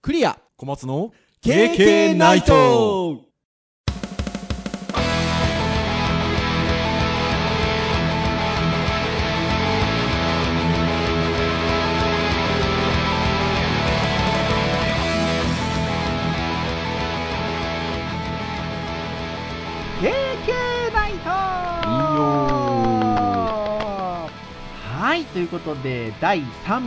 クリア小松の KK ナイト。 はい、ということで第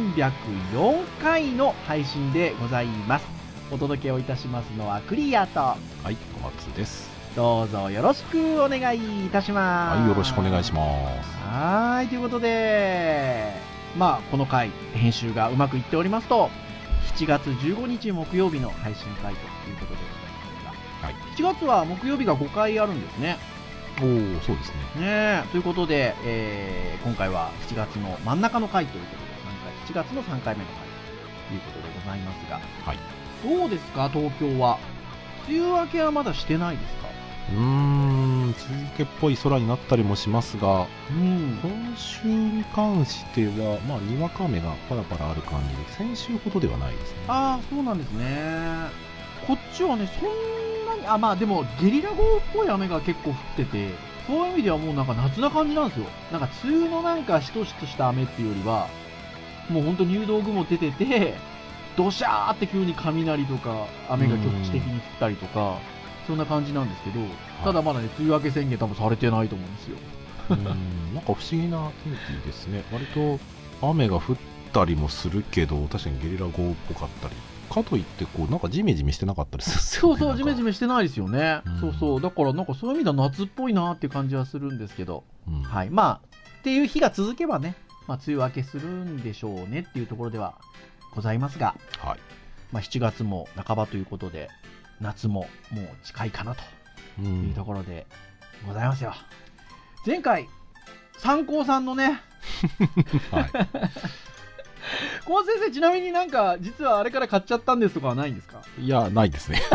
304回の配信でございます。お届けをいたしますのはクリアと、 はい、小松です。 どうぞよろしくお願いいたします。 はい、よろしくお願いします。 はい、ということでこの回編集がうまくいっておりますと7月15日木曜日の配信回ということでございますが、はい、7月は木曜日が5回あるんですね。 おー、そうですね。ということで、今回は7月の真ん中の回ということで、7月の3回目の回ということでございますが、はい、どうですか、東京は。梅雨明けはまだしてないですか？ 梅雨明けっぽい空になったりもしますが、今週に関しては、にわか雨がパラパラある感じで、先週ほどではないですね。 ああ、そうなんですね。こっちはね、そんなに、でもゲリラ豪雨っぽい雨が結構降ってて、そういう意味ではもうなんか夏な感じなんですよ。なんか梅雨のなんかしとしとした雨っていうよりは、もうほんと入道雲出てて、ドシャーって急に雷とか雨が局地的に降ったりとか、そんな感じなんですけど、ただまだね、梅雨明け宣言多分されてないと思うんですよ。 なんか不思議な天気ですね。割と雨が降ったりもするけど、確かにゲリラ豪雨っぽかったり。かといってなんかジメジメしてなかったりするんですよね。 そう、ジメジメしてないですよね。そうだからなんかそういう意味では夏っぽいなっていう感じはするんですけど、はい、っていう日が続けばね、梅雨明けするんでしょうねっていうところではございますが、はい、7月も半ばということで夏ももう近いかなというところでございますよ。前回参考さんのねはい小松先生、ちなみになんか実はあれから買っちゃったんですとかはないんですか？ いや、ないですね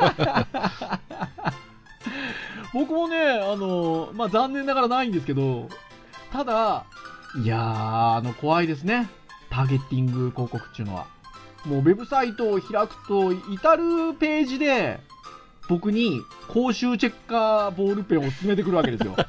僕もね、残念ながらないんですけど、ただいや怖いですね、ターゲッティング広告っていうのは。もうウェブサイトを開くと至るページで僕に口臭チェッカーボールペンを勧めてくるわけですよなる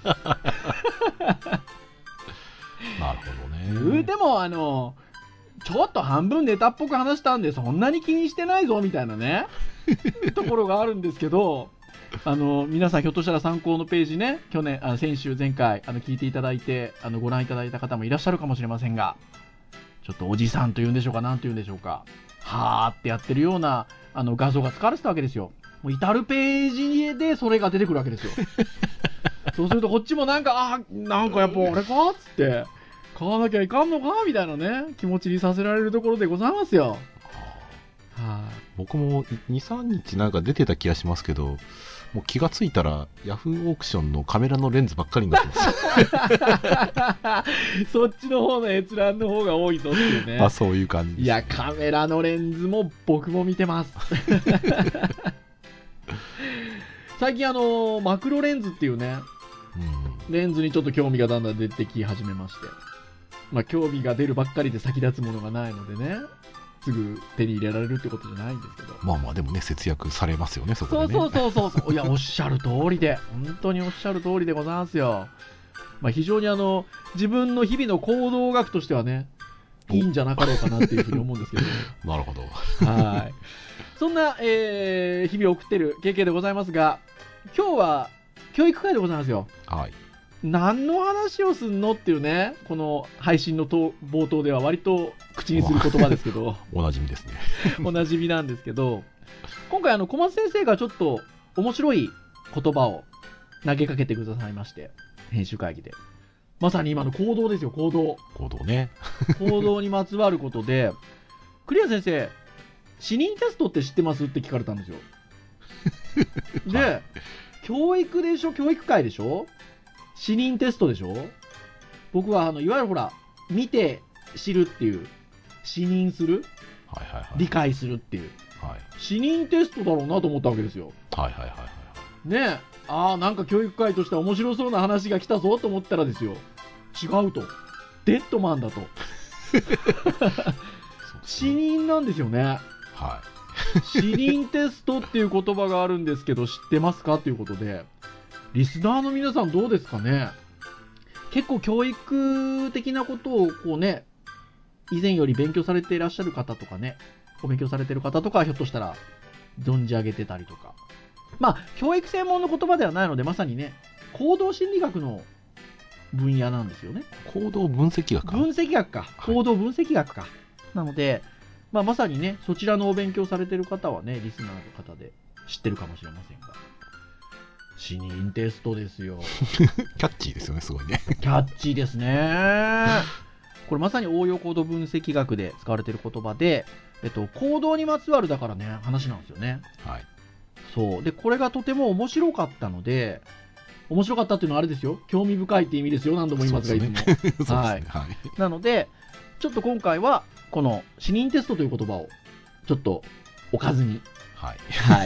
ほどね。 でもちょっと半分ネタっぽく話したんでそんなに気にしてないぞみたいなねところがあるんですけど、皆さんひょっとしたら参考のページね、先週前回聞いていただいてご覧いただいた方もいらっしゃるかもしれませんが、ちょっとおじさんというんでしょうか、なんていうんでしょうか、はーってやってるような画像が使われてたわけですよ。もう至るページでそれが出てくるわけですよそうするとこっちもなんかやっぱ俺かっつって買わなきゃいかんのかみたいなね気持ちにさせられるところでございますよ。 僕も 2,3 日なんか出てた気がしますけど、もう気がついたらヤフーオークションのカメラのレンズばっかりになってますそっちの方の閲覧の方が多いぞっていうね。 そういう感じです、ね。 いや、カメラのレンズも僕も見てます最近マクロレンズっていうね、レンズにちょっと興味がだんだん出てき始めまして、興味が出るばっかりで先立つものがないのでね、すぐ手に入れられるってことじゃないんですけど、 でもね、節約されますよね、そこでね。 そういや、おっしゃる通りで、本当におっしゃる通りでございますよ。非常に自分の日々の行動学としてはね、いいんじゃなかろうかなっていうふうに思うんですけど、 なるほど。 はい。そんな、日々を送ってる KK でございますが、今日は教育会でございますよ。 はい。 何の話をすんのっていうね、この配信の冒頭では割と口にする言葉ですけどおなじみですねおなじみなんですけど、今回小松先生がちょっと面白い言葉を投げかけてくださいまして、編集会議でまさに今の行動ですよ。行動ね行動にまつわることで、クリア先生、視認テストって知ってますって聞かれたんですよで、はい、教育でしょ、教育会でしょ、視認テストでしょ。僕はいわゆるほら、見て知るっていう、視認する、理解するっていう、視認テストだろうなと思ったわけですよ。ねえ、なんか教育会としては面白そうな話が来たぞと思ったらですよ、違うと、デッドマンだと視認なんですよね。 死認テストっていう言葉があるんですけど、知ってますかということで、リスナーの皆さんどうですかね。結構教育的なことをこうね、以前より勉強されていらっしゃる方とかね、お勉強されている方とかはひょっとしたら存じ上げてたりとか。まあ、教育専門の言葉ではないので、まさにね、行動心理学の分野なんですよね。 行動分析学か。 分析学か。 はい行動分析学か。なので、まあ、まさにね、そちらのお勉強されている方はね、リスナーの方で知ってるかもしれませんが。死認テストですよ。 キャッチーですよね、すごいね。 キャッチーですね。これまさに応用行動分析学で使われている言葉で、行動にまつわるだからね、話なんですよね。 はい。 そう。で、これがとても面白かったので、面白かったっていうのはあれですよ。興味深いって意味ですよ。何度も言いますが、いつも。 そうですね。 はいはい。 なので、ちょっと今回は、この死認テストという言葉を、ちょっとおかずに、 はい。 はい。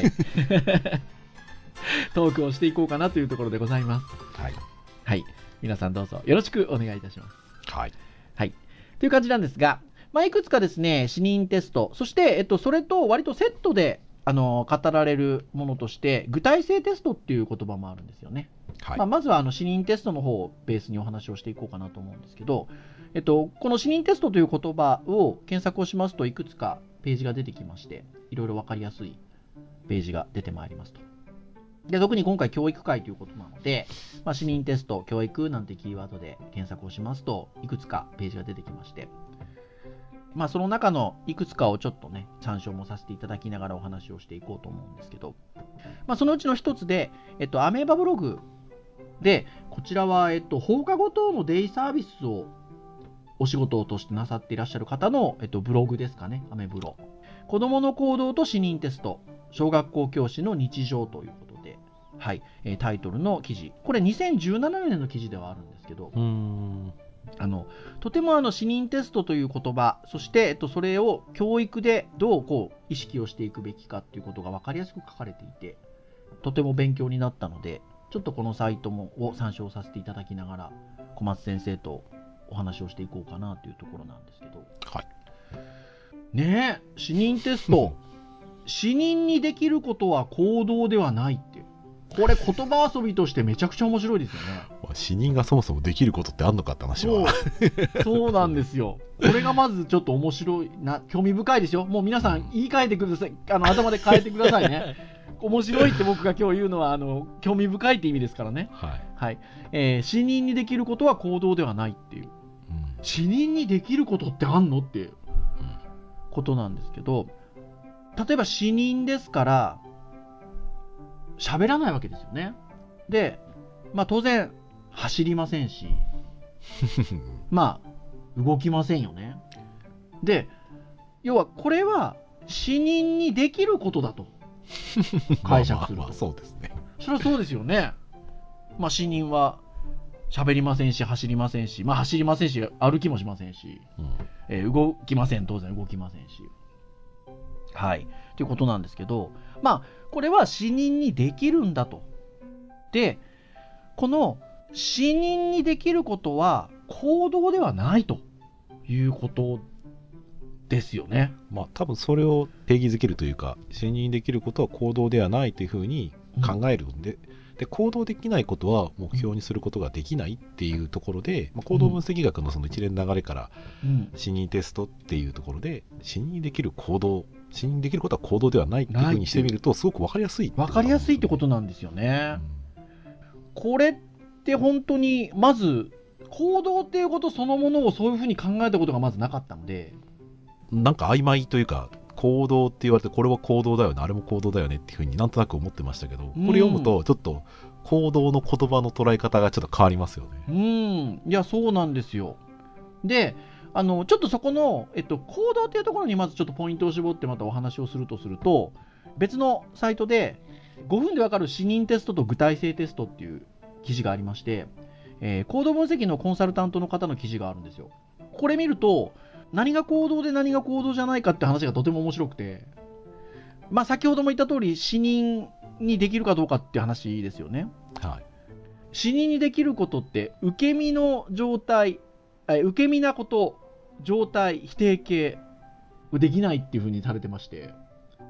トークをしていこうかなというところでございます。 はい。 はい。皆さんどうぞよろしくお願いいたします。 はい。 はい。という感じなんですが、まあ、いくつかですね、死認テスト、そして、それと割とセットで、語られるものとして、具体性テストっていう言葉もあるんですよね。 はい。 まあ、まずは死認テストの方をベースにお話をしていこうかなと思うんですけど、この死認テストという言葉を検索をしますといくつかページが出てきまして、いろいろ分かりやすいページが出てまいりますと。で、特に今回教育会ということなので、まあ、死認テスト、教育なんてキーワードで検索をしますといくつかページが出てきまして、まあ、その中のいくつかをちょっとね、参照もさせていただきながらお話をしていこうと思うんですけど、まあ、そのうちの一つで、アメーバブログで、こちらは、放課後等のデイサービスをお仕事としてなさっていらっしゃる方の、ブログですかね、アメブロ。子供の行動と死認テスト、小学校教師の日常ということで、はい、タイトルの記事。これ2017年の記事ではあるんですけど、とても死認テストという言葉、そして、それを教育でどうこう意識をしていくべきかということが分かりやすく書かれていて、とても勉強になったので、ちょっとこのサイトを参照させていただきながら、小松先生とお話をしていこうかなというところなんですけど、 はい。 ねえ、死認テスト、死認にできることは行動ではないっていう。これ言葉遊びとしてめちゃくちゃ面白いですよね。 死認がそもそもできることってあんのかって話は。 そうなんですよ。これがまずちょっと面白いな、興味深いですよ。もう皆さん言い換えてください。頭で変えてくださいね。面白いって僕が今日言うのは興味深いって意味ですからね。 はい。 はい。死認にできることは行動ではないっていう。 うん。 死認にできることってあんのっていうことなんですけど、例えば死認ですから喋らないわけですよね。で、まあ当然走りませんし、まあ動きませんよね。で、要はこれは死認にできることだと解釈すると。 まあそうですね。 それはそうですよね。まあ死認は喋りませんし、走りませんし、まあ走りませんし、歩きもしませんし、動きません、当然動きませんし。はい。ということなんですけど、まあ、これは死認にできるんだと。で、この死認にできることは行動ではないということですよね。 まあ多分それを定義づけるというか、死認できることは行動ではないというふうに考えるんで、で行動できないことは目標にすることができないっていうところで、まあ、行動分析学のその一連の流れから死認テストっていうところで、死認できる行動、死認できることは行動ではないっていうふうにしてみるとすごく分かりやすい分かりやすいってことなんですよね。これって本当にまず行動っていうことそのものをそういうふうに考えたことがまずなかったので、 なんか曖昧というか、行動って言われてこれは行動だよね、あれも行動だよねっていうふうになんとなく思ってましたけど、これ読むとちょっと行動の言葉の捉え方がちょっと変わりますよね。 いやそうなんですよ。で、ちょっとそこの、行動っていうところにまずちょっとポイントを絞ってまたお話をすると、別のサイトで5分でわかる死認テストと具体性テストっていう記事がありまして、行動分析のコンサルタントの方の記事があるんですよ。これ見ると何が行動で何が行動じゃないかって話がとても面白くて、まあ先ほども言った通り死認にできるかどうかって話ですよね。 はい。 死認にできることって受け身の状態、受け身なこと、状態、否定形できないっていう風にされてまして、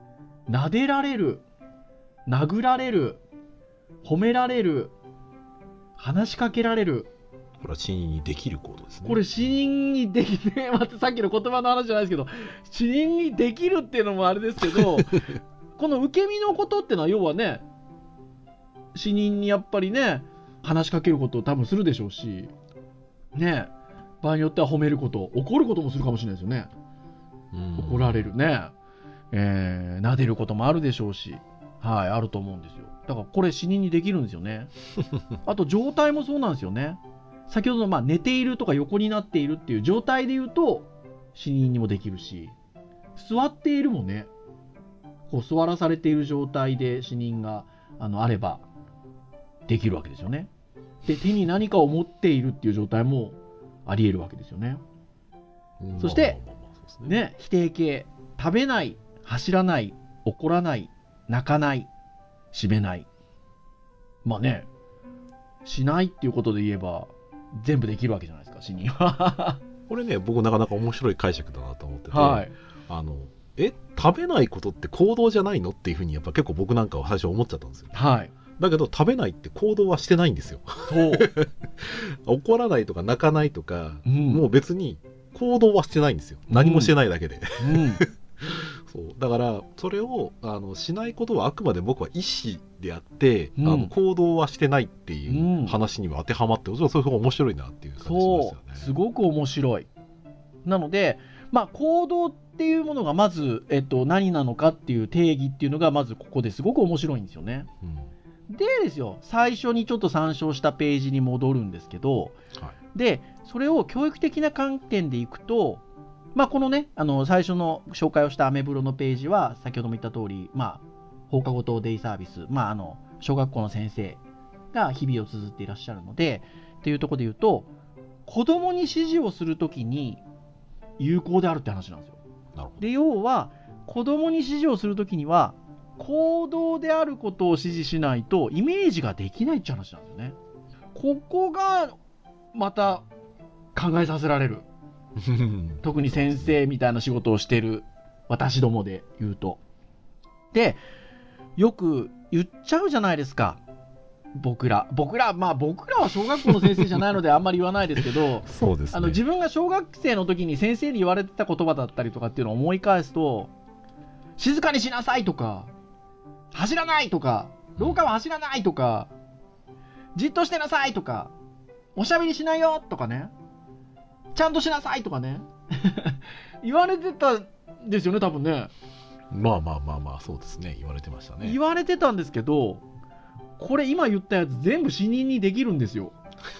撫でられる、殴られる、褒められる、話しかけられる。 これは死人にできる行動ですね。 これ死人にできる、またさっきの言葉の話じゃないですけど、死人にできるっていうのもあれですけどこの受け身のことってのは要はね、死人にやっぱりね話しかけることを多分するでしょうしね、場合によっては褒めること、怒ることもするかもしれないですよね。怒られるね、撫でることもあるでしょうし、はい、あると思うんですよ。だからこれ死人にできるんですよねあと状態もそうなんですよね。先ほどの寝ているとか横になっているっていう状態で言うと死人にもできるし、座っているもね、こう座らされている状態で死人があればできるわけですよね。で、手に何かを持っているっていう状態もあり得るわけですよね。そしてね、否定形、食べない、走らない、怒らない、泣かない、閉めない。まあね、しないっていうことで言えば全部できるわけじゃないですか、死人はこれね、僕なかなか面白い解釈だなと思ってて、 はい、 食べないことって行動じゃないのっていうふうにやっぱ結構僕なんかは最初思っちゃったんですよ。 はい、 だけど食べないって行動はしてないんですよ。 そう怒らないとか泣かないとか、 ももう別に行動はしてないんですよ。何もしてないだけで。そうだからそれをしないことはあくまで僕は意思であって、行動はしてないっていう話には当てはまって、そういう方が面白いなっていう感じしましたよね。 そう、すごく面白い。なので、行動っていうものがまず、何なのかっていう定義っていうのがまずここですごく面白いんですよね。でですよ、最初にちょっと参照したページに戻るんですけど、でそれを教育的な観点でいくと、このね、最初の紹介をしたアメブロのページは先ほども言った通り、放課後等デイサービス、小学校の先生が日々を綴っていらっしゃるのでっていうところで言うと、子供に指示をするときに有効であるって話なんですよ。 なるほど。 で、要は子供に指示をするときには行動であることを指示しないとイメージができないって話なんですよね。ここがまた考えさせられる特に先生みたいな仕事をしてる私どもで言うと。で、よく言っちゃうじゃないですか、僕らは小学校の先生じゃないのであんまり言わないですけどそうですね、 自分が小学生の時に先生に言われてた言葉だったりとかっていうのを思い返すと、静かにしなさいとか、走らないとか、廊下は走らないとか、じっとしてなさいとか、おしゃべりしないよとかね、ちゃんとしなさいとかね言われてたんですよね、多分ね。 そうですね、言われてましたね。 言われてたんですけど、これ今言ったやつ全部死人にできるんですよ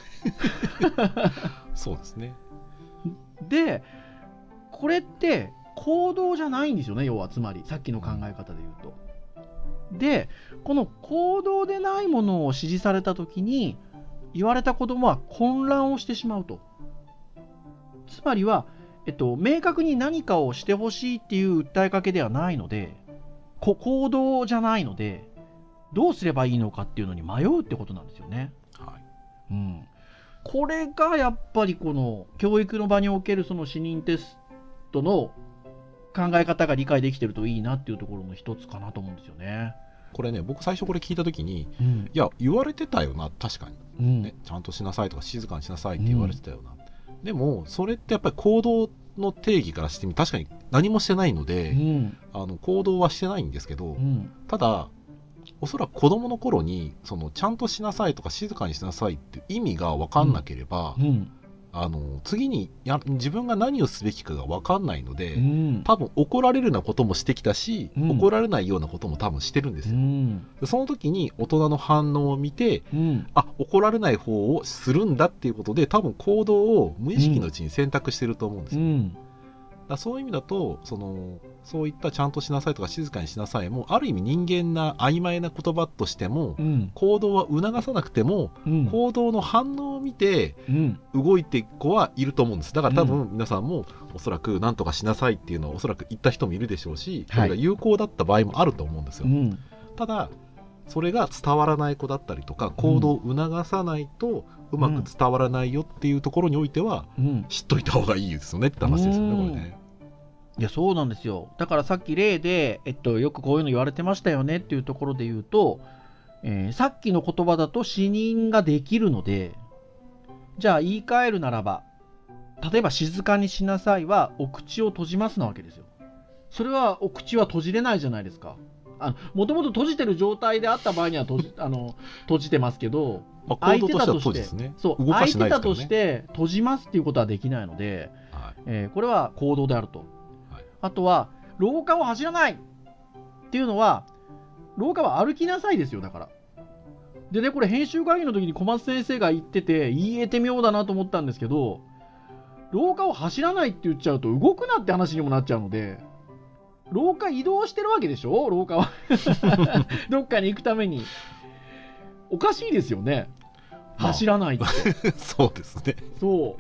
そうですね。 で、これって行動じゃないんですよね、要は。つまりさっきの考え方で言うと。で、この行動でないものを指示された時に言われた子供は混乱をしてしまうと。つまりは、明確に何かをしてほしいっていう訴えかけではないので、行動じゃないので、どうすればいいのかっていうのに迷うってことなんですよね。これがやっぱりこの教育の場におけるその死人テストの考え方が理解できてるといいなっていうところの一つかなと思うんですよね。 これね、僕最初これ聞いた時に、いや言われてたよな、確かに、ね、ちゃんとしなさいとか静かにしなさいって言われてたよな、でもそれってやっぱり行動の定義からしてみ確かに何もしてないので、行動はしてないんですけど、ただおそらく子供の頃にちゃんとしなさいとか静かにしなさいって意味が分かんなければ、次に自分が何をすべきかが分かんないので、多分怒られるようなこともしてきたし、怒られないようなことも多分してるんですよ。でその時に大人の反応を見て、怒られない方をするんだっていうことで多分行動を無意識のうちに選択してると思うんですよ。だそういう意味だとそういったちゃんとしなさいとか静かにしなさいもある意味人間な曖昧な言葉としても、行動は促さなくても、行動の反応を見て動いていく子はいると思うんです。だから多分皆さんもおそらく何とかしなさいっていうのをおそらく言った人もいるでしょうし、それが有効だった場合もあると思うんですよ。ただそれが伝わらない子だったりとか、行動を促さないとうまく伝わらないよっていうところにおいては、知っといた方がいいですよねって話ですよね、これね。 いや、そうなんですよ。だからさっき例で、よくこういうの言われてましたよねっていうところで言うと、さっきの言葉だと死人ができるので、じゃあ言い換えるならば、例えば静かにしなさいはお口を閉じますなわけですよ。それはお口は閉じれないじゃないですか。もともと閉じてる状態であった場合には閉じてますけど、 まあ、 相行動としては手だとして、 閉じですね。 そう、 動か相しないですからね。 手だとして閉じますっていうことはできないので、 はいこれは行動であると。 はいあとは、廊下を走らないっていうのは、廊下は歩きなさいですよ、だから。でね、これ編集会議の時に小松先生が言ってて、言えて妙だなと思ったんですけど、廊下を走らないって言っちゃうと動くなって話にもなっちゃうので、廊下移動してるわけでしょ、廊下は。どっかに行くために。おかしいですよね。走らないって。 そうですね。 そう。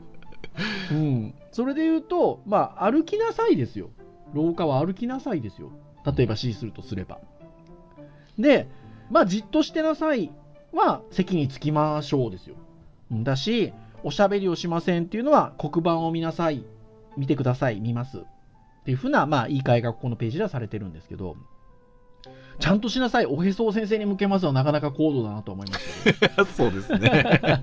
うん。それで言うと、まあ、歩きなさいですよ。廊下は歩きなさいですよ。例えば C するとすれば。で、まあ、じっとしてなさいは席に着きましょうですよ。だし、おしゃべりをしませんっていうのは黒板を見なさい、見てください、見ますっていうふうな、まあ、言い換えがここのページではされてるんですけど、ちゃんとしなさい、おへそを先生に向けますはなかなか高度だなと思いますけど。 そうですね。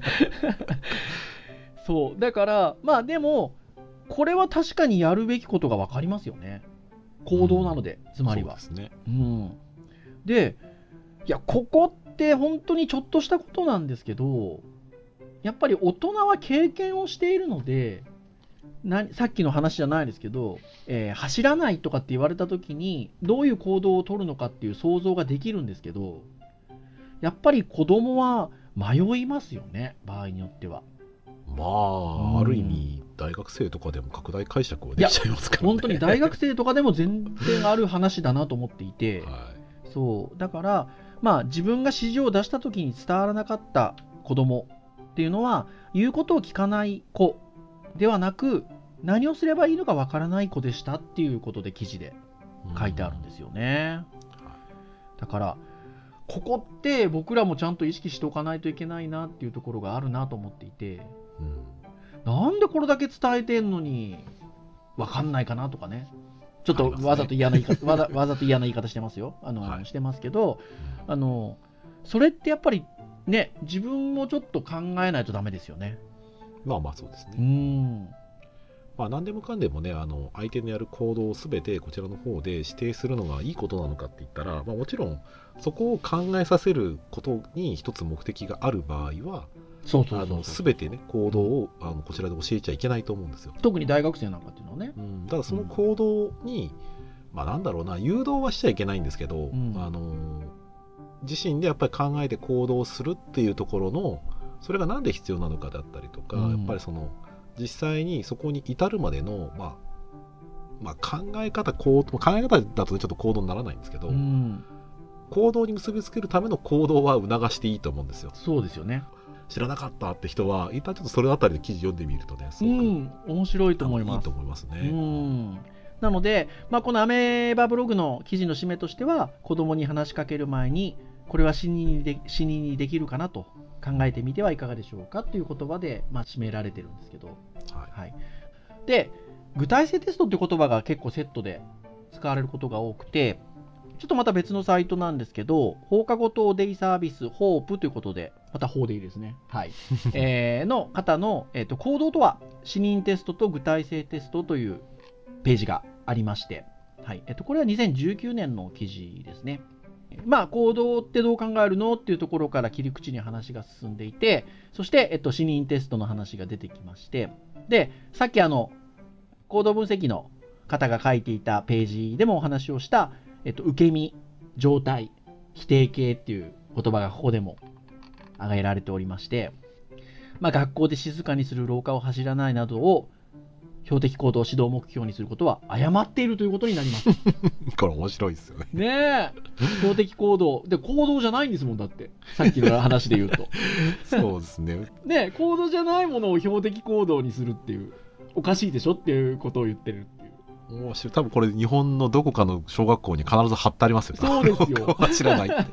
そう。だから、まあでも、これは確かにやるべきことが分かりますよね。行動なので、つまりは。 そうですね。 うん。で、いや、ここって本当にちょっとしたことなんですけど、やっぱり大人は経験をしているので、さっきの話じゃないですけど、走らないとかって言われた時にどういう行動を取るのかっていう想像ができるんですけど、やっぱり子供は迷いますよね、場合によっては。 まあ、ある意味大学生とかでも拡大解釈はできちゃいますからね。 本当に大学生とかでも全然ある話だなと思っていて、 はそうだから、まあ、自分が指示を出した時に伝わらなかった子供っていうのは言うことを聞かない子ではなく、何をすればいいのかわからない子でしたっていうことで記事でい。 書いてあるんですよね。だからここって僕らもちゃんと意識しておかないといけないなっていうところがあるなと思っていて、なんでこれだけ伝えてんのにわかんないかなとかね、ちょっとわざと嫌な言い方、わざと嫌な言い方してますよ、 はい、 してますけど、それってやっぱりね、自分もちょっと考えないとダメですよね。 まあまあそうですね。 ん。 まあ何でもかんでもね、相手のやる行動をすべてこちらの方で指定するのがいいことなのかって言ったら、まあ、もちろんそこを考えさせることに一つ目的がある場合は、 そうそうそうそう。 全てね行動をこちらで教えちゃいけないと思うんですよ。 特に大学生なんかっていうのはね。 ただその行動に、まあなんだろうな、誘導はしちゃいけないんですけど、自身でやっぱり考えて行動するっていうところの、それがなんで必要なのかだったりとか、やっぱりその実際にそこに至るまでの、まあ、考え方だとちょっと行動にならないんですけど、行動に結びつけるための行動は促していいと思うんですよ。 そうですよね。 知らなかったって人は一旦ちょっとそれあたりで記事読んでみるとね、すごく面白いと思います。 いいと思いますね。 なので、まあ、このアメーバブログの記事の締めとしては、子供に話しかける前にこれは死人にできるかなと考えてみてはいかがでしょうかという言葉で、まあ、締められてるんですけど、はいで、具体性テストっていう言葉が結構セットで使われることが多くて、ちょっとまた別のサイトなんですけど、放課後等デイサービスホープということで、また法でいいですね、はいの方の、行動とは死人テストと具体性テストというページがありまして、はいこれは2019年の記事ですね。まあ、行動ってどう考えるのっていうところから切り口に話が進んでいて、そして、死人テストの話が出てきまして、で、さっき行動分析の方が書いていたページでもお話をした、受け身、状態、否定形っていう言葉がここでも挙げられておりまして、まあ、学校で静かにする、廊下を走らないなどを標的行動を指導目標にすることは誤っているということになります。 これ面白いですよね。 ねえ、標的行動で行動じゃないんですもん、だってさっきの話で言うとそうですね。 ねえ、行動じゃないものを標的行動にするっていう、おかしいでしょっていうことを言ってるっていう。 面白い。多分これ日本のどこかの小学校に必ず貼ってありますよ。 そうですよ。 知らないって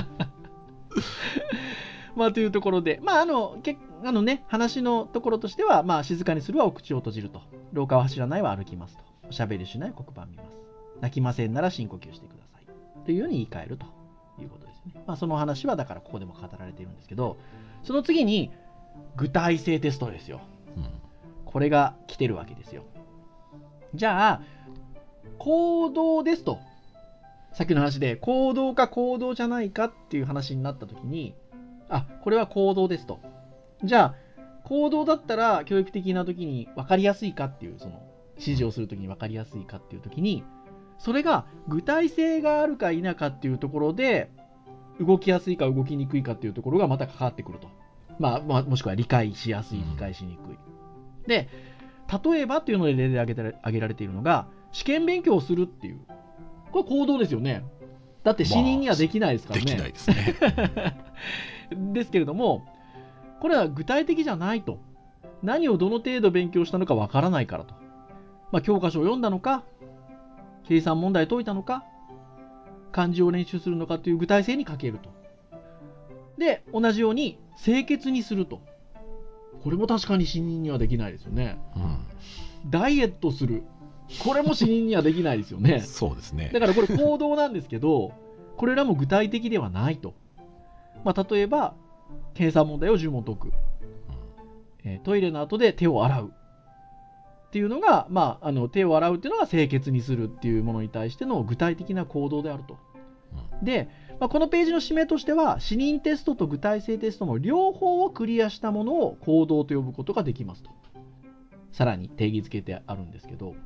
まあというところで、まあ話のところとしては、まあ静かにするはお口を閉じると、廊下を走らないは歩きますとおしゃべりしない黒板見ます。泣きませんなら深呼吸してください。というように言い換えるということですね。その話はだからここでも語られているんですけど、その次に具体性テストですよ。これが来てるわけですよ。じゃあ、行動ですと。さっきの話で行動か行動じゃないかっていう話になったときに、これは行動ですと。じゃあ、行動だったら教育的なときに分かりやすいかっていう、その指示をするときに分かりやすいかっていうときに、それが具体性があるか否かっていうところで、動きやすいか動きにくいかっていうところがまた関わってくると。もしくは理解しやすい、理解しにくい。で、例えばっていうので例で挙げられているのが、試験勉強をするっていう。これ行動ですよね。だって死人にはできないですからね。 できないですね。 ですけれども、これは具体的じゃないと。何をどの程度勉強したのかわからないからと。教科書を読んだのか、計算問題解いたのか、漢字を練習するのかという具体性に欠けると。で、同じように清潔にすると。これも確かに死人にはできないですよね。ダイエットする。これも死人にはできないですよね。 そうですね。 だからこれ行動なんですけど、これらも具体的ではないと。例えば、計算問題を10問解く。トイレの後で手を洗う。っていうのが、手を洗うっていうのが清潔にするっていうものに対しての具体的な行動であると。で、このページの締めとしては、視認テストと具体性テストの両方をクリアしたものを行動と呼ぶことができますと。さらに定義づけてあるんですけど、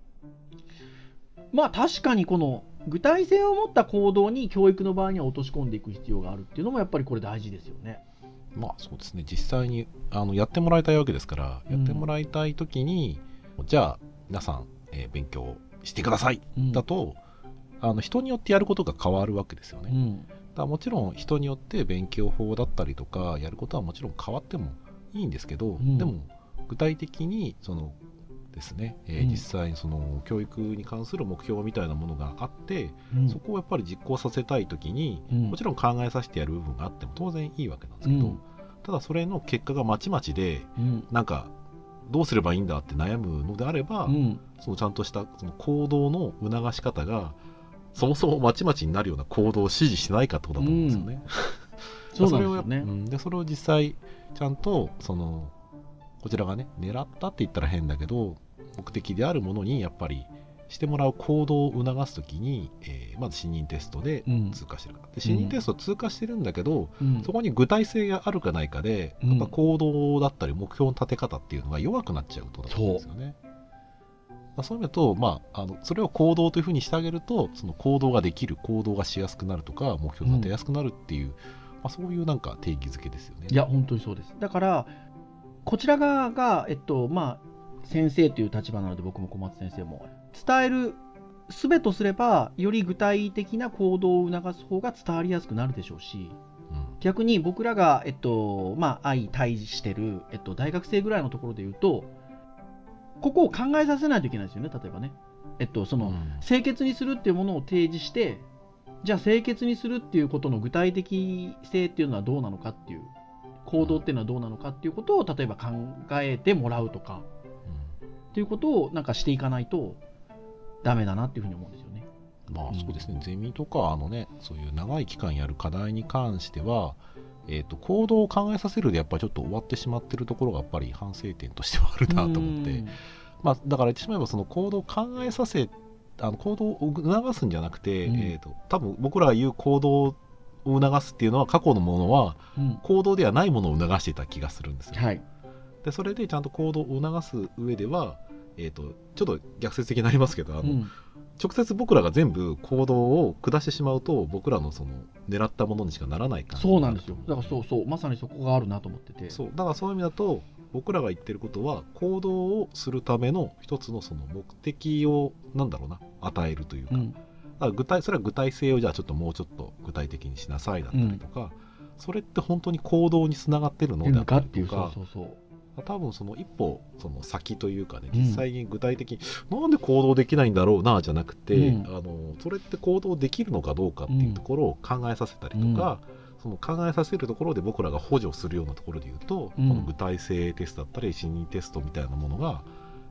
確かにこの具体性を持った行動に教育の場合には落とし込んでいく必要があるっていうのもやっぱりこれ大事ですよね。 そうですね。実際にやってもらいたいわけですから、やってもらいたいときに、じゃあ皆さん、勉強してください、だと人によってやることが変わるわけですよね。だからもちろん人によって勉強法だったりとかやることはもちろん変わってもいいんですけど、でも具体的にそのですね、実際にその教育に関する目標みたいなものがあって、そこをやっぱり実行させたいときに、もちろん考えさせてやる部分があっても当然いいわけなんですけど、ただそれの結果がまちまちで、なんかどうすればいいんだって悩むのであれば、そのちゃんとしたその行動の促し方がそもそもまちまちになるような行動を指示しないかってことだと思うんですよね。 そうなんですよね。 でそれを実際ちゃんとこちらがね狙ったって言ったら変だけど目的であるものにやっぱりしてもらう行動を促すときに、まず視認テストで通過してるか、で視認テスト通過してるんだけど、そこに具体性があるかないかで、やっぱ行動だったり目標の立て方っていうのが弱くなっちゃうとだと思うんですよね。そういう意味だと、それを行動というふうにしてあげると、その行動ができる、行動がしやすくなるとか、目標を立てやすくなるっていう、そういうなんか定義づけですよね。 いや、本当にそうです。だから、こちら側が、先生という立場なので、僕も小松先生も、伝える術とすれば、より具体的な行動を促す方が伝わりやすくなるでしょうし、逆に僕らが、相対してる、大学生ぐらいのところで言うと、ここを考えさせないといけないですよね、例えばね。清潔にするっていうものを提示して、じゃあ清潔にするっていうことの具体的性っていうのはどうなのかっていう、行動っていうのはどうなのかっていうことを例えば考えてもらうとか、っていうことをなんかしていかないとダメだなっていうふうに思うんですよね。 そうですね。ゼミとかそういう長い期間やる課題に関しては、行動を考えさせるでやっぱりちょっと終わってしまってるところがやっぱり反省点としてはあるなと思って、だから言ってしまえばその行動を考えさせ行動を促すんじゃなくて、多分僕らが言う行動を促すっていうのは過去のものは行動ではないものを促していた気がするんですよ。でそれでちゃんと行動を促す上では、ちょっと逆説的になりますけど直接僕らが全部行動を下してしまうと僕らのその狙ったものにしかならないから。 そうなんですよ。だからそうまさにそこがあるなと思ってて、 だからそういう意味だと僕らが言ってることは行動をするための一つのその目的を与えるというか、それは具体性をじゃあちょっともうちょっと具体的にしなさいだったりとか、それって本当に行動につながってるのだったりとか、多分その一歩その先というかね、実際に具体的になんで行動できないんだろうなじゃなくて、それって行動できるのかどうかっていうところを考えさせたりとか、その考えさせるところで僕らが補助するようなところでいうと、この具体性テストだったり視認テストみたいなものが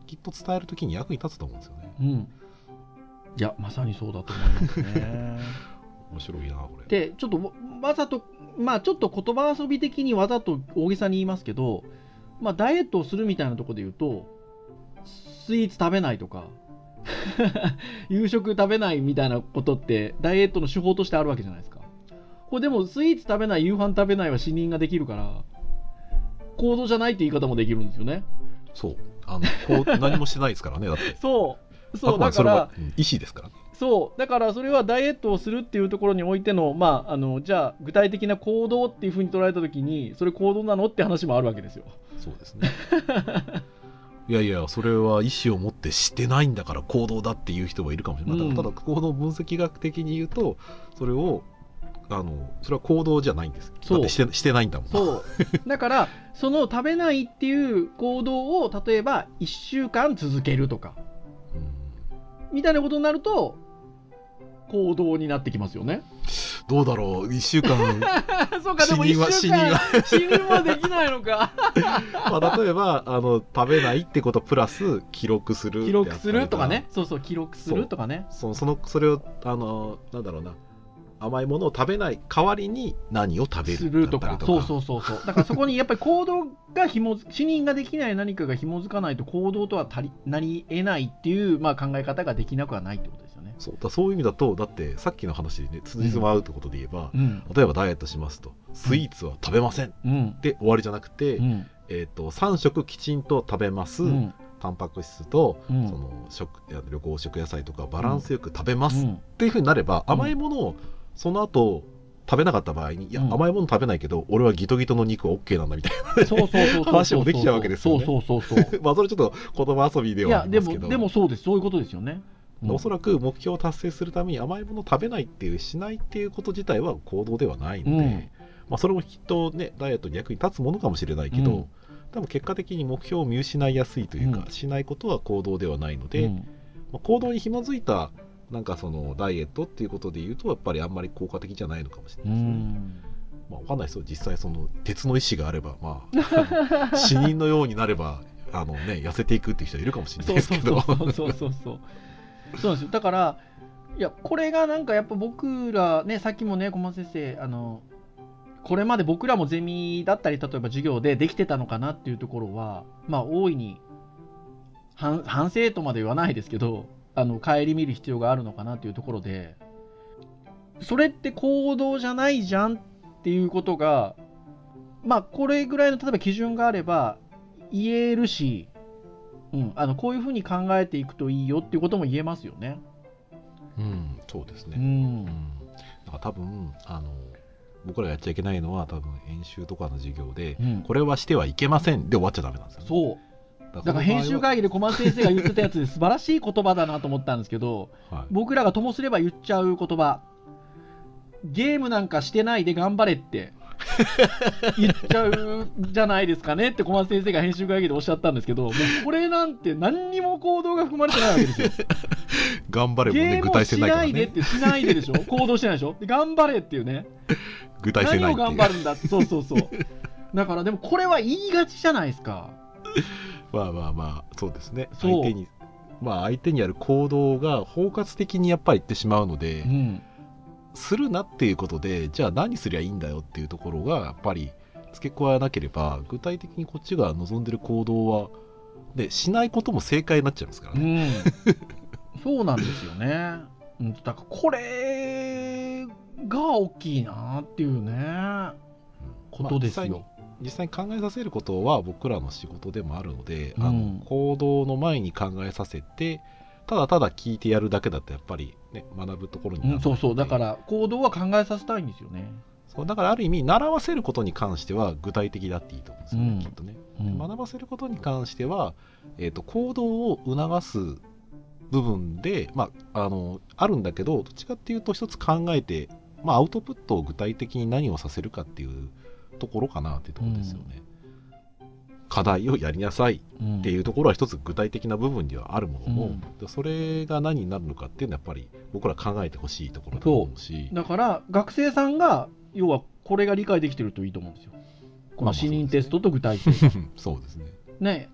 きっと伝えるときに役に立つと思うんですよね。 うん、いやまさにそうだと思いますね。 面白いなこれ。 でちょっとわざとまあちょっと言葉遊び的にわざと大げさに言いますけど、まあ、ダイエットをするみたいなところで言うとスイーツ食べないとか夕食食べないみたいなことってダイエットの手法としてあるわけじゃないですか。これでもスイーツ食べない夕飯食べないは死人ができるから行動じゃないって言い方もできるんですよね。 そうこう何もしてないですからねだってそうだそれはから意思ですからね。 そうだからそれはダイエットをするっていうところにおいての、まあ、じゃあ具体的な行動っていうふうに捉えたときにそれ行動なのって話もあるわけですよ。 そうですねいやいやそれは意思を持ってしてないんだから行動だっていう人もいるかもしれない、ただ行動分析学的に言うとそれは行動じゃないんです。だってしてないんだもん。 そうだからその食べないっていう行動を例えば1週間続けるとかみたいなことになると行動になってきますよね。 どうだろう1週間そうかでも1週間死人はできないのかまあ例えば食べないってことプラス記録するとかね。そう記録するとかね。 それをなんだろうな甘いものを食べない代わりに何を食べるするとかそうだからそこにやっぱり行動が死人ができない何かが紐づかないと行動とはなり得ないっていう、まあ、考え方ができなくはないってことですよね。 そういう意味だとだってさっきの話でね辻褄合うってことで言えば、例えばダイエットしますとスイーツは食べません、で終わりじゃなくて、3食きちんと食べます、タンパク質と、その緑黄色野菜とかバランスよく食べます、っていうふうになれば甘いものをその後食べなかった場合にいや、甘いもの食べないけど俺はギトギトの肉は OK なんだみたいな話もできちゃうわけですよね。まあそれちょっと言葉遊びではありますけど、 でもそういうことですよね。 おそらく目標を達成するために甘いものを食べないっていうしないっていうこと自体は行動ではないので、まあ、それもきっとねダイエットに役に立つものかもしれないけど、多分結果的に目標を見失いやすいというか、しないことは行動ではないので、まあ、行動に紐づいたなんかそのダイエットっていうことでいうとやっぱりあんまり効果的じゃないのかもしれないですね。まあ、分かんないですよ実際その鉄の意志があれば、まあ、死人のようになれば痩せていくっていう人いるかもしれないですけどそうなんですよ。だからいやこれがなんかやっぱ僕らねさっきもね小松先生これまで僕らもゼミだったり例えば授業でできてたのかなっていうところはまあ大いに反省とまで言わないですけど顧みる必要があるのかなというところで、それって行動じゃないじゃんっていうことがまあこれぐらいの例えば基準があれば言えるし、こういうふうに考えていくといいよっていうことも言えますよね。 そうですね。だから多分僕らがやっちゃいけないのは多分演習とかの授業で、これはしてはいけませんで終わっちゃダメなんですよね。そうだから編集会議で小松先生が言ってたやつで素晴らしい言葉だなと思ったんですけど、僕らがともすれば言っちゃう言葉、ゲームなんかしてないで頑張れって言っちゃうじゃないですかねって小松先生が編集会議でおっしゃったんですけど、もうこれなんて何にも行動が含まれてないわけですよ。 頑張れもね具体性ないからね。 ゲームをしないでってしないででしょ行動してないでしょで頑張れっていうね具体性ないっていう何を頑張るんだってそうだからでもこれは言いがちじゃないですか。 まあそうですね。相手にある行動が包括的にやっぱり言ってしまうので、するなっていうことでじゃあ何すりゃいいんだよっていうところがやっぱり付け加えなければ具体的にこっちが望んでる行動はでしないことも正解になっちゃいますからね。 そうなんですよね。だからこれが大きいなっていうね、ことですよ。 実際に考えさせることは僕らの仕事でもあるので、行動の前に考えさせてただただ聞いてやるだけだとやっぱりね学ぶところになるので、 だから行動は考えさせたいんですよね。 だからある意味習わせることに関しては具体的だっていいと思うんですよね、きっとね。学ばせることに関しては、行動を促す部分で、あるんだけどどっちかっていうと一つ考えて、アウトプットを具体的に何をさせるかっていうところかなっていうところですよね。課題をやりなさいっていうところは一つ具体的な部分にはあるものの、それが何になるのかっていうのはやっぱり僕ら考えてほしいところだと思うし、 だから学生さんが要はこれが理解できてるといいと思うんですよ。この視認テストと具体性そうですね。 ね、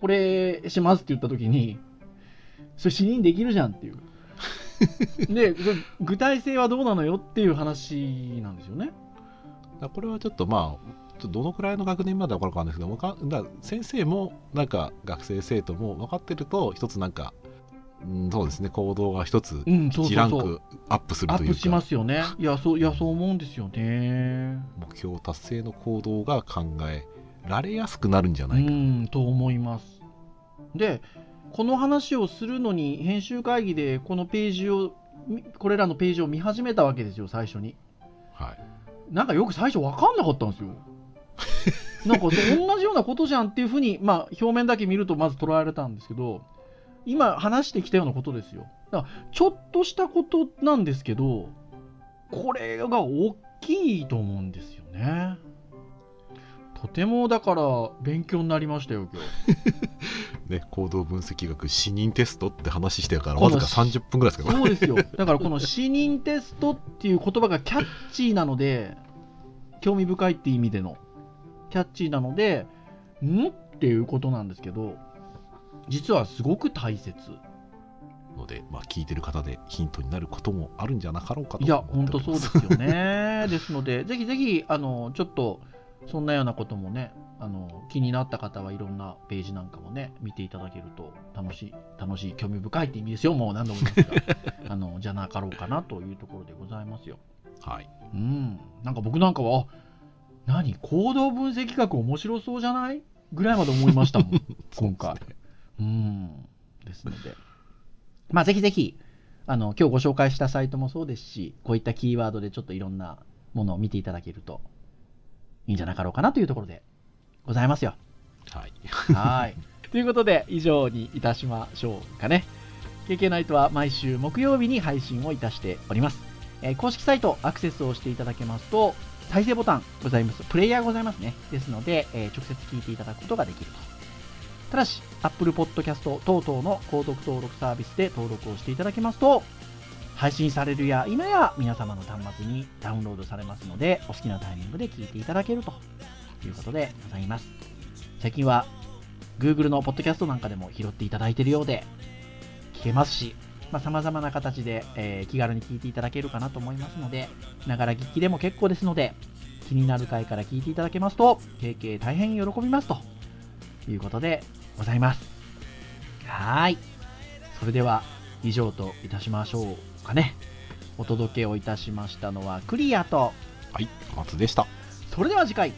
これしますって言った時に、それ死認できるじゃんっていう。で、具体性はどうなのよっていう話なんですよね。 これはちょっとまあ、ちょっとどのくらいの学年までわかるかわかんないですけど、だ先生もなんか学生生徒も分かってると、一つなんか、そうですね、行動が一つ1ランクアップするというか、 アップしますよね。いやそう思うんですよね。 目標達成の行動が考えられやすくなるんじゃないかと思います。で、この話をするのに編集会議でこれらのページを見始めたわけですよ、最初に。 はい。 なんかよく最初分かんなかったんですよ。なんか同じようなことじゃんっていうふうに、まあ表面だけ見るとまず捉えられたんですけど、今話してきたようなことですよ。だからちょっとしたことなんですけど、これが大きいと思うんですよね。とてもだから勉強になりましたよ今日。 ね、行動分析学視認テストって話してるからわずか30分ぐらいですけど。 そうですよ。だからこの視認テストっていう言葉がキャッチーなので、興味深いっていう意味でのキャッチーなので、っていうことなんですけど、実はすごく大切ので、まあ、聞いてる方でヒントになることもあるんじゃなかろうかと。 いや本当そうですよね。ですのでぜひぜひちょっとそんなようなこともね、気になった方はいろんなページなんかもね見ていただけると楽しい興味深いって意味ですよ。もう何度も言いますがじゃなかろうかなというところでございますよ。 はい。 なんか僕なんかは行動分析学面白そうじゃないぐらいまで思いましたもん今回。ですので、まあぜひぜひ今日ご紹介したサイトもそうですし、こういったキーワードでちょっといろんなものを見ていただけるといいんじゃなかろうかなというところでございますよ。 はい。 はい。ということで以上にいたしましょうかね。KK ナイトは毎週木曜日に配信をいたしております。公式サイトアクセスをしていただけますと再生ボタンございます。プレイヤーございますね。ですので、直接聞いていただくことができると。ただし Apple Podcast 等々の購読登録サービスで登録をしていただけますと、配信されるや今や皆様の端末にダウンロードされますので、お好きなタイミングで聞いていただけるということでございます。最近は Google のポッドキャストなんかでも拾っていただいているようで聞けますし、様々な形で、気軽に聞いていただけるかなと思いますので、ながら聞きでも結構ですので、気になる回から聞いていただけますと KK 大変喜びますということでございます。はい。それでは以上といたしましょうかね。お届けをいたしましたのはクリアと、 はい、松でした。 それでは次回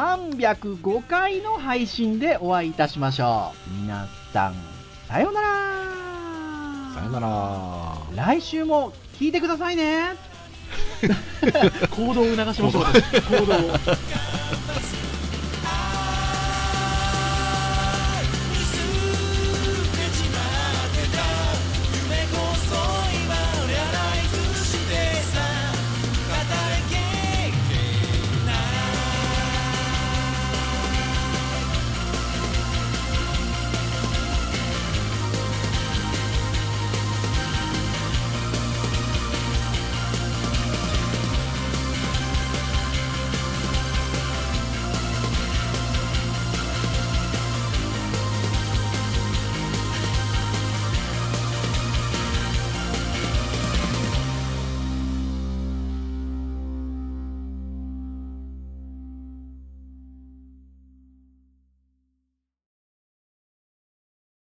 305回の配信でお会いいたしましょう。皆さんさようなら。 さようなら。 来週も聞いてくださいね。行動を促しましょう。行動を